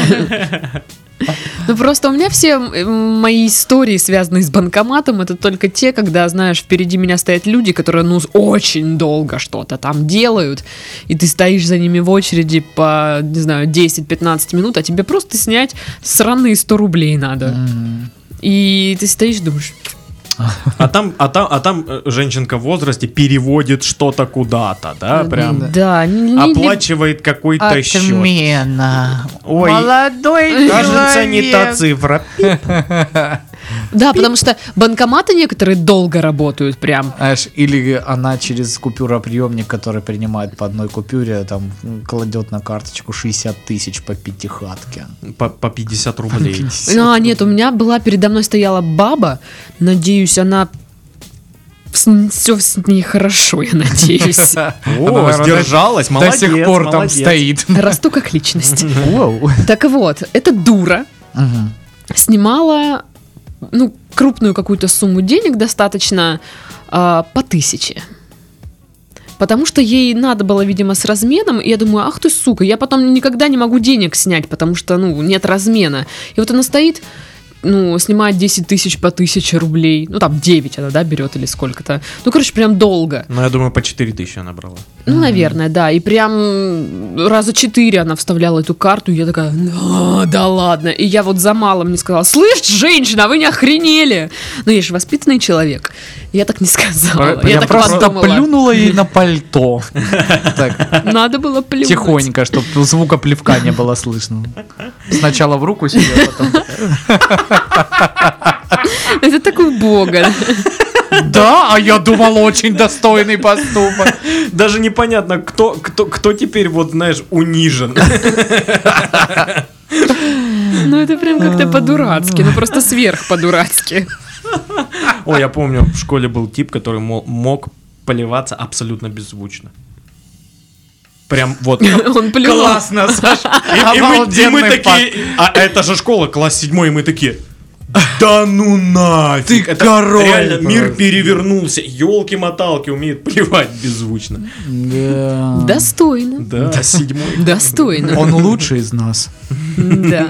Ну просто у меня все мои истории, связанные с банкоматом, это только те, когда, знаешь, впереди меня стоят люди, которые, очень долго что-то там делают, и ты стоишь за ними в очереди по, не знаю, 10-15 минут, а тебе просто снять сраные 100 рублей надо. И ты стоишь и думаешь, А там женщинка в возрасте переводит что-то куда-то, да, прям. Да. Оплачивает какой-то счет. Отмена. Ой, молодой кажется, не та человек. цифра. Да, потому что банкоматы некоторые долго работают прям. Знаешь, или она через купюроприемник, который принимает по одной купюре, там кладет на карточку 60 тысяч по пятихатке. По 50 рублей. Нет, у меня была передо мной стояла баба. Надеюсь, она все с ней хорошо, я надеюсь. О, сдержалась, До молодец. сих пор там молодец. стоит. Расту как личность. Воу. Так вот, эта дура Мгм. снимала крупную какую-то сумму денег достаточно по 1000. Потому что ей надо было, видимо, с разменом. И я думаю, ах ты, сука, я потом никогда не могу денег снять, потому что, нет размена. И вот она стоит, снимает 10 тысяч по 1000 рублей. Там 9 она, берет или сколько-то. Короче, прям долго. Я думаю, по 4000 она брала. Наверное, да. И прям раза 4 она вставляла эту карту. И я такая, да ладно. И я вот за малым не сказала, слышь, женщина, вы не охренели? Я же воспитанный человек. Я так не сказала. Я так просто подумала. плюнула ей на пальто. Так, Надо было плюнуть. тихонько, чтобы звука плевка не было слышно. Сначала в руку себе, потом... Это такой бога. Да, а я думал, очень достойный поступок. Даже непонятно, кто теперь, вот знаешь, унижен. Это прям как-то по-дурацки. Просто сверх по-дурацки. Ой, я помню, в школе был тип, который мог поливаться абсолютно беззвучно. Прям вот. Он плюнул. Классно, Саша. И мы Обалденный такие, а это же школа, класс 7, и мы такие, да ну нафиг. Ты Это король реально мир просто. перевернулся. Ёлки-моталки, умеет плевать беззвучно. Да. Достойно. Да, 7. Достойно. Он лучший из нас. Да.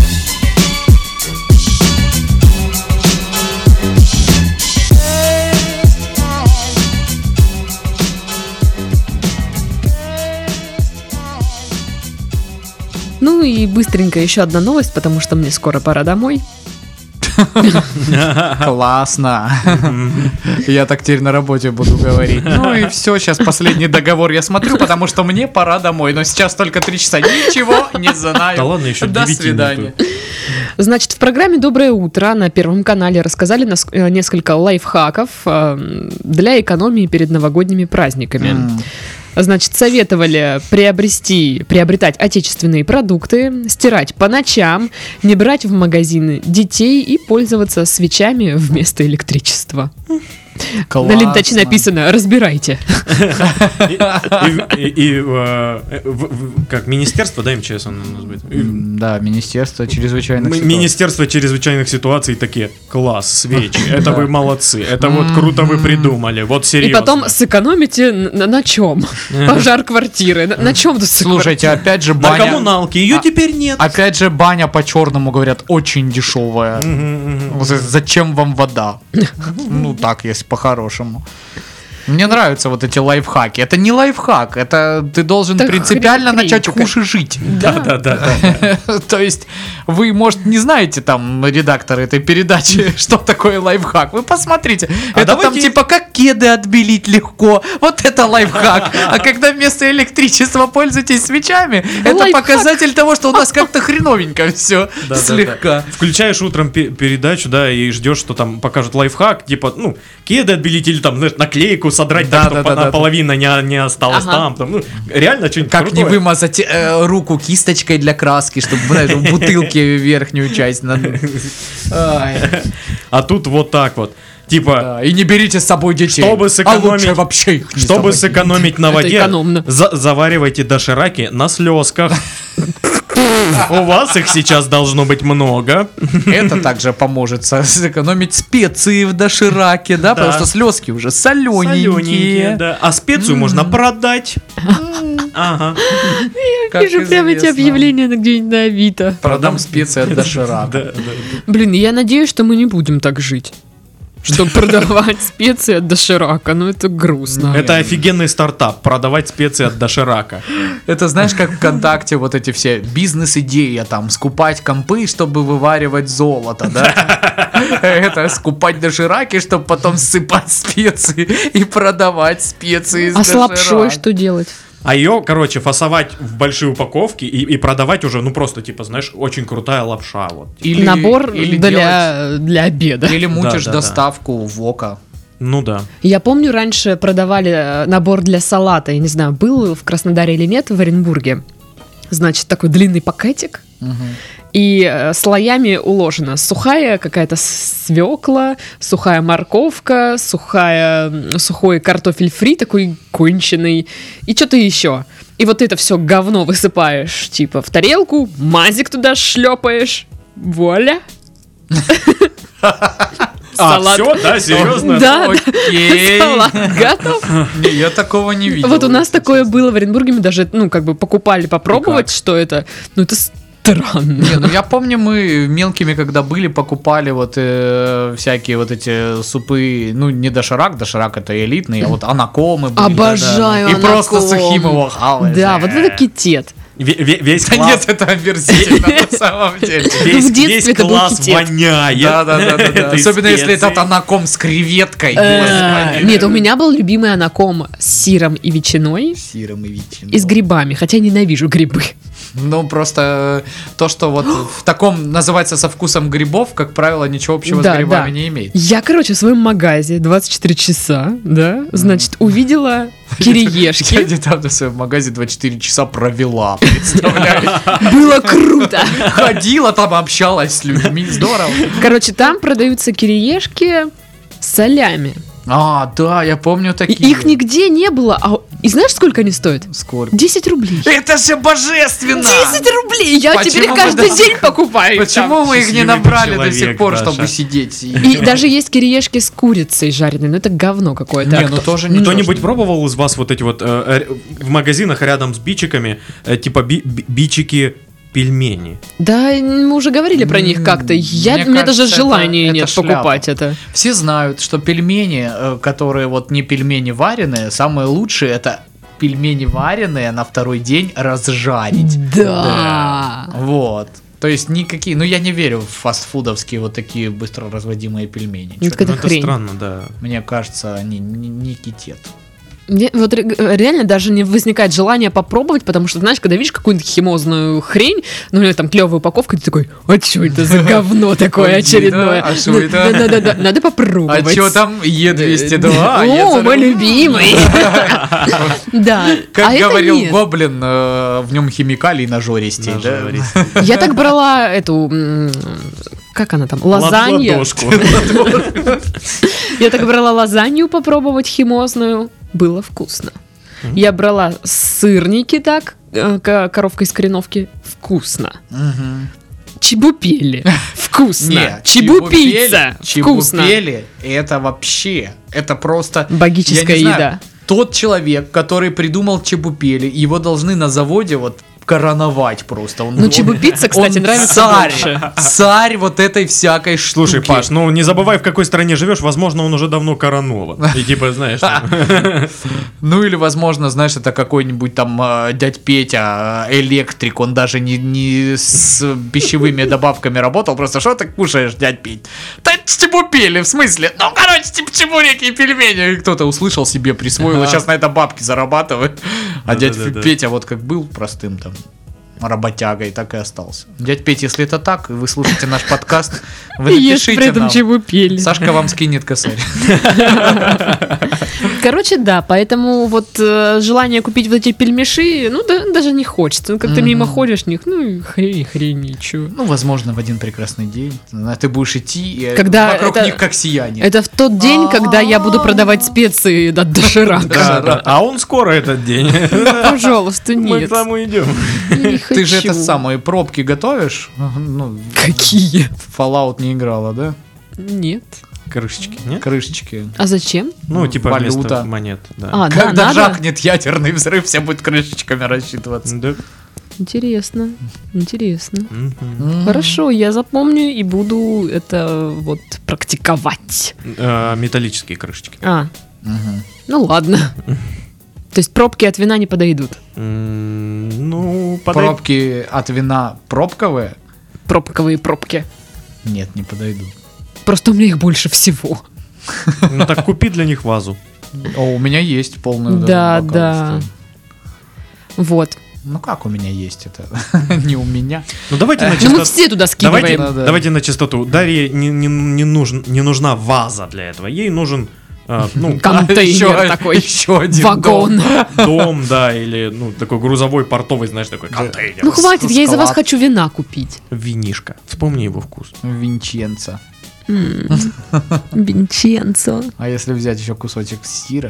И быстренько еще одна новость, потому что мне скоро пора домой. Классно. Я так теперь на работе буду говорить. И все, сейчас последний договор я смотрю, потому что мне пора домой. Но сейчас только 3 часа. Ничего не знаю. Да ладно, еще До 9 свидания. нету. Значит, в программе «Доброе утро» на Первом канале рассказали несколько лайфхаков для экономии перед новогодними праздниками. Значит, советовали приобретать отечественные продукты, стирать по ночам, не брать в магазины детей и пользоваться свечами вместо электричества. Классно. На ленточке написано «Разбирайте». Как министерство, да, МЧС он называет? Да, Министерство чрезвычайных ситуаций. Министерство чрезвычайных ситуаций такие, класс, свечи, это вы молодцы, это вот круто вы придумали, вот И серьезно. потом сэкономите на чем? Пожар квартиры. На чем тут сэкономите? Слушайте, опять же На баня... коммуналке, ее теперь нет. Опять же баня по-черному, говорят, очень дешевая. Зачем вам вода? Так, если по-хорошему. Мне нравятся вот эти лайфхаки. Это не лайфхак, это ты должен Так принципиально хрень начать какая. хуже жить. Да. То есть вы, может, не знаете там, редакторы этой передачи, что такое лайфхак. Вы посмотрите. Это там давайте- типа как кеды отбелить легко. Вот это лайфхак. А когда вместо электричества пользуетесь свечами, это Лайфхак. показатель того, что у нас как-то хреновенько все Да. слегка. Включаешь утром передачу, да, и ждешь, что там покажут лайфхак, типа, кеды отбелить или там, знаешь, наклейку содрать Да, так, чтобы да, да, половина не осталась Ага. там. Реально что-нибудь Как не крутое. вымазать руку кисточкой для краски, чтобы, знаешь, в бутылке верхнюю часть. Ай. А тут вот так вот. Типа, Да, и не берите с собой детей. Чтобы сэкономить- А лучше вообще их не чтобы заводить. сэкономить на Это воде, экономно. заваривайте дошираки на слезках. У вас их сейчас должно быть много. Это также поможет сэкономить специи в дошираке, да? Потому что слезки уже солененькие. Да. А специю можно продать. Ага. Как Вижу прям эти известно. объявления где-нибудь на Авито. Продам специи от доширака. Да. Блин, я надеюсь, что мы не будем так жить. чтобы продавать специи от доширака. Ну, это грустно. Это офигенный стартап, продавать специи от доширака. Это знаешь, как ВКонтакте вот эти все бизнес-идеи, там, скупать компы, чтобы вываривать золото, да? Это скупать дошираки, чтобы потом ссыпать специи и продавать специи из А с доширака. лапшой что делать? А ее, короче, фасовать в большие упаковки и продавать уже, ну просто, типа, знаешь, очень крутая лапша. Вот. Набор или для обеда. Или мутишь Да. доставку в Ока. Ну да. Я помню, раньше продавали набор для салата. Я не знаю, был в Краснодаре или нет, в Оренбурге. Значит, такой длинный пакетик. И слоями уложена сухая какая-то свекла, сухая морковка, сухой картофель фри такой конченый и что-то еще. И вот это все говно высыпаешь типа в тарелку, мазик туда шлепаешь, вуаля. Салат. Все, да, серьезно? Да, Окей. салат готов. Не, я такого не видел. Вот у нас такое было в Оренбурге, мы даже, ну, как бы покупали попробовать, что это. Ну, это странно. Не, ну я помню, мы мелкими, когда были, покупали вот всякие вот эти супы, ну не доширак это элитный, а вот анакомы были. Обожаю И просто анаком. сухим его хаваешь. Да, вот это китет. Весь Да класс, нет, это омерзительно на самом деле. весь, в детстве весь это был класс китет. воняет. Да. этой Особенно если специей. этот анаком с креветкой. Господи. Нет, у меня был любимый анаком с сыром и ветчиной Сиром и ветчиной. и с грибами, хотя ненавижу грибы. Ну, просто то, что вот в таком называется со вкусом грибов, как правило, ничего общего Да, с грибами да. не имеет. Я, короче, в своем магазе 24 часа, да, значит, увидела Я кириешки. недавно в своем магазе 24 часа провела, представляешь? Было круто. Ходила там, общалась с людьми, здорово. Короче, там продаются кириешки с солями. А, да, я помню И такие. их нигде не было. И знаешь, сколько они стоят? Сколько? 10 рублей. Это же божественно! 10 рублей! Я Почему теперь мы каждый даже- день покупаю. их Почему там. мы их не Счастливый набрали до сих человек, пор, Даша. чтобы сидеть? И даже есть кириешки с курицей жареной. Ну это говно какое-то. Не, ну тоже не Кто-нибудь пробовал из вас вот эти вот в магазинах рядом с бичиками, типа бичики пельмени? Да, мы уже говорили про них как-то. У меня даже кажется, желания это нет шляпа. покупать это. Все знают, что пельмени, которые вот не пельмени вареные, самые лучшие это пельмени вареные на второй день разжарить. Да. Вот. То есть никакие, ну я не верю в фастфудовские вот такие быстро разводимые пельмени. Ну, Чё- это Ну, это хрень. странно, да. Мне кажется, они не китет. Вот реально даже не возникает желания попробовать, потому что, знаешь, когда видишь какую-нибудь химозную хрень, ну, или там клевая упаковка, ты такой, а что это за говно такое Ой, очередное? да, а шо это? Да, надо попробовать. А что там Е202? О, мой любимый. Да. Как А это говорил нет. Гоблин, в нем химикалий нажористей. да? Я так брала эту, как она там, лазанью. Ладошку. Я так брала лазанью попробовать химозную. Было вкусно. Я брала сырники так, коровка из кореновки. Вкусно. Мгм. Чебупели. Вкусно. Не, Чебупицца. Вкусно. Чебупели это вообще, это просто... Богическая я не знаю, еда. Тот человек, который придумал чебупели, его должны на заводе вот короновать просто. Ну, чебупицца, кстати, он нравится царь, больше. Царь вот этой всякой штуки. Слушай, Паш, ну не забывай, в какой стране живешь, возможно, он уже давно коронован. И типа, знаешь, там, Ну или, возможно, знаешь, это какой-нибудь там дядь Петя, электрик, он даже не с пищевыми добавками работал, просто что ты кушаешь, дядь Петь? Да чебупели, в смысле? Ну, короче, типа чебуреки и пельмени. И кто-то услышал себе, присвоил, и сейчас на это бабки зарабатывает. А дядь Да-да-да. Петя вот как был простым там работягой, так и остался. Дядь Петя, если это так, и вы слушаете наш подкаст, вы И ешь при напишите этом нам. чебупели. Сашка вам скинет косарь. Короче, да, поэтому вот желание купить вот эти пельмеши, ну, да, даже не хочется. Ну, как-то мимо ходишь, них, ну, и хрень, ничего. Ну, возможно, в один прекрасный день ты будешь идти, и Когда вокруг это- них как сияние. Это в тот день, когда я буду продавать специи от доширака. да, да. А он скоро этот день. Пожалуйста, Мы к нет. тому идем. Не Ты же хочу. это самые пробки готовишь? Ну, Какие? в Fallout не играла, да? Нет. Крышечки, нет? Крышечки. А зачем? Ну, типа Валюта. вместо монет, да. А, да, Когда надо. жахнет ядерный взрыв, все будет крышечками рассчитываться. Да. Интересно. Интересно. Мгм. Хорошо, я запомню и буду это вот практиковать. Металлические крышечки. Мгм. Ну ладно. То есть пробки от вина не подойдут. Ну, Пробки от вина пробковые? Пробковые пробки. Нет, не подойдут. Просто у меня их больше всего. Ну так купи для них вазу. О, у меня есть полный Да, бокал да. стоит. Вот. Ну как у меня есть это? Не у меня. Ну давайте на Ну мы чистоту. все туда Давайте, скидываем. Да. давайте на чистоту. Дарье не нужна ваза для этого. Ей нужен ну, Контейнер такой. Еще один Вагон. дом, да, или ну такой грузовой портовый, знаешь, такой контейнер. Ну хватит, я из-за вас Склад. хочу вина купить. Винишко. Вспомни его вкус. дом. Винченцо. Винченцо. А если взять еще кусочек сыра?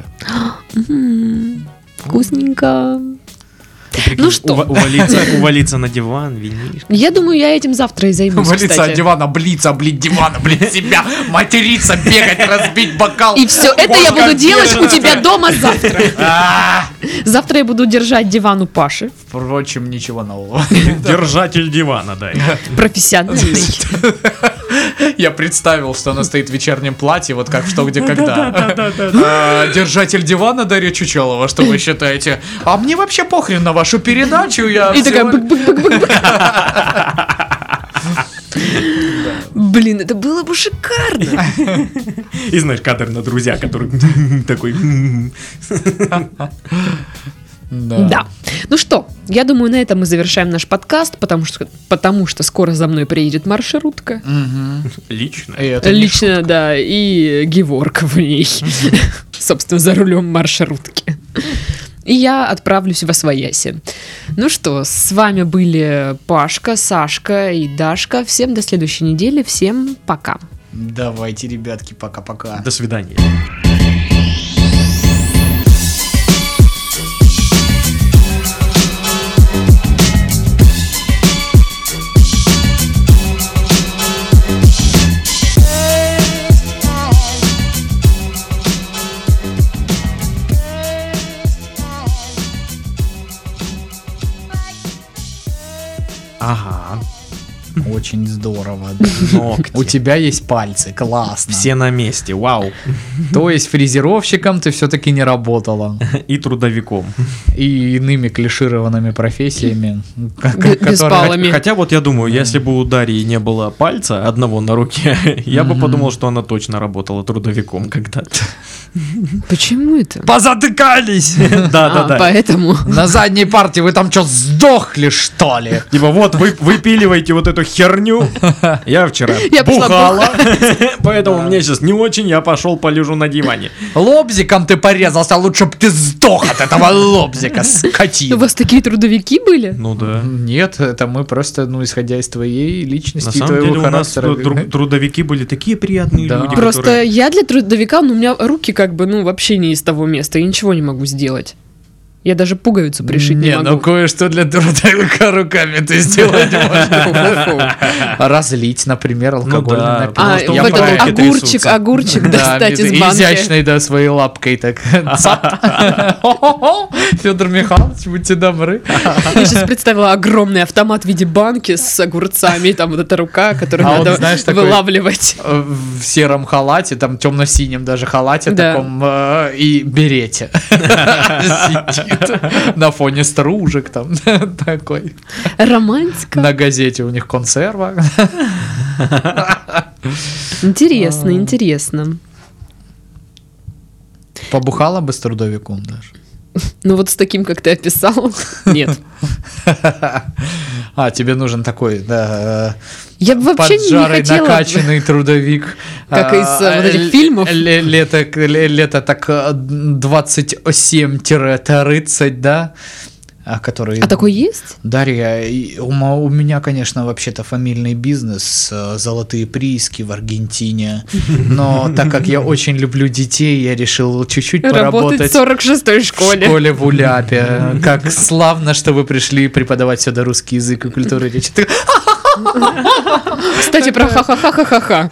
Вкусненько. Ты прикинь, Ну что? Увалиться на диван, винишко. Я думаю, я этим завтра и займусь, Валиться от кстати. дивана, блиться, облить дивана, блить себя, материться, бегать, разбить бокал. И все это я Вот буду как делать у бешеная. тебя дома завтра. А, Завтра я буду держать диван у Паши. Впрочем, ничего нового. Держатель дивана, да. Профессиональный. Я представил, что она стоит в вечернем платье, вот как в «Что, где, когда». Держатель дивана Дарья Чучелова, что вы считаете? А мне вообще похрен на вашу передачу. Я И такая всего- бык-бык-бык-бык. Блин, это было бы шикарно. И знаешь, кадр на друзья, который такой... Да. Ну что, я думаю, на этом мы завершаем наш подкаст, потому что скоро за мной приедет маршрутка. Мгм. Лично. И это не Лично, да, и Геворг в ней. Собственно, за рулем маршрутки. И я отправлюсь в Освояси. Ну что, с вами были Пашка, Сашка и Дашка. Всем до следующей недели. Всем пока. Давайте, ребятки, пока-пока. До свидания. Ага. Очень здорово. Ногти. У тебя есть пальцы, классно. Все на месте, вау. То есть фрезеровщиком ты все-таки не работала. И трудовиком. И иными клишированными профессиями. Беспалыми. Хотя вот я думаю, если бы у Дарьи не было пальца одного на руке, я бы подумал, что она точно работала трудовиком когда-то. Почему это? Позатыкались! Да. Поэтому. На задней партии вы там что, сдохли, что ли? Типа вот вы выпиливаете вот эту херню. Я вчера Я пошла бухала, поэтому мне сейчас не очень, я пошел полежу на диване. Лобзиком ты порезался, лучше бы ты сдох от этого лобзика, У скотина. вас такие трудовики были? Ну да. Нет, это мы просто, ну, исходя из твоей личности На и самом твоего деле у нас характера. трудовики были такие приятные Да. люди, Просто которые... я для трудовика, ну, у меня руки как бы, ну, вообще не из того места, я ничего не могу сделать. Я даже пуговицу пришить не Не, ну могу. кое-что для трудовика руками ты сделать можешь. Разлить, например, алкогольный да, напиток. потому что в у этот меня руки огурчик, трясутся. огурчик Да, достать из банки. изящной, да, своей лапкой так. Федор Михайлович, будьте добры. Я сейчас представила огромный автомат в виде банки с огурцами, и там вот эта рука, которую А он, надо знаешь, такой- вылавливать. В сером халате, там темно-синем даже халате Да. таком и берете. Сидит на фоне стружек там такой. Романтика. На газете у них консерва. Интересно, интересно. Побухала бы с трудовиком даже. Ну вот с таким, как ты описал, нет. А, тебе нужен такой, да, Я бы вообще не поджарый, хотела... накачанный трудовик. Как из, вот этих фильмов. Лето так 27-30, да? Который... А такой есть? Дарья, у меня, конечно, вообще-то фамильный бизнес, золотые прииски в Аргентине, но так как я очень люблю детей, я решил чуть-чуть Работать поработать в 46-й в школе. школе в Уляпе. Как славно, что вы пришли преподавать сюда русский язык и культуру речи. Ты, Кстати, про ха-ха-ха-ха-ха-ха.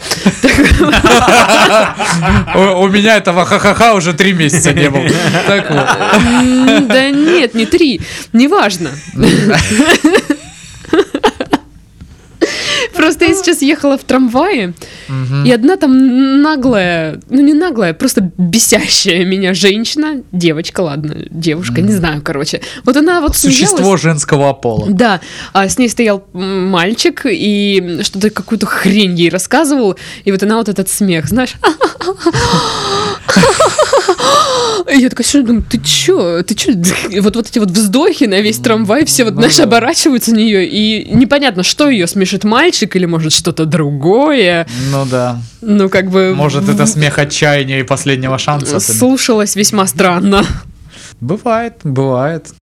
У меня этого ха-ха-ха уже 3 месяца не было. Так вот. Да нет, не 3, неважно. Просто я сейчас ехала в трамвае, и одна там наглая, ну не наглая, просто бесящая меня женщина, девочка, ладно, девушка, не знаю, короче. Вот она вот Существо смеялась. женского пола. Да, а с ней стоял мальчик и что-то, какую-то хрень ей рассказывал, и вот она вот этот смех, знаешь. И я такая сижу, думаю, ты чё? И вот эти вот вздохи на весь трамвай, все вот, знаешь, оборачиваются на нее, и непонятно, что ее смешит, мальчик или, может, что-то другое. Ну да. Ну, как бы... Может, это смех отчаяния и последнего шанса. Слушалось весьма странно. Бывает.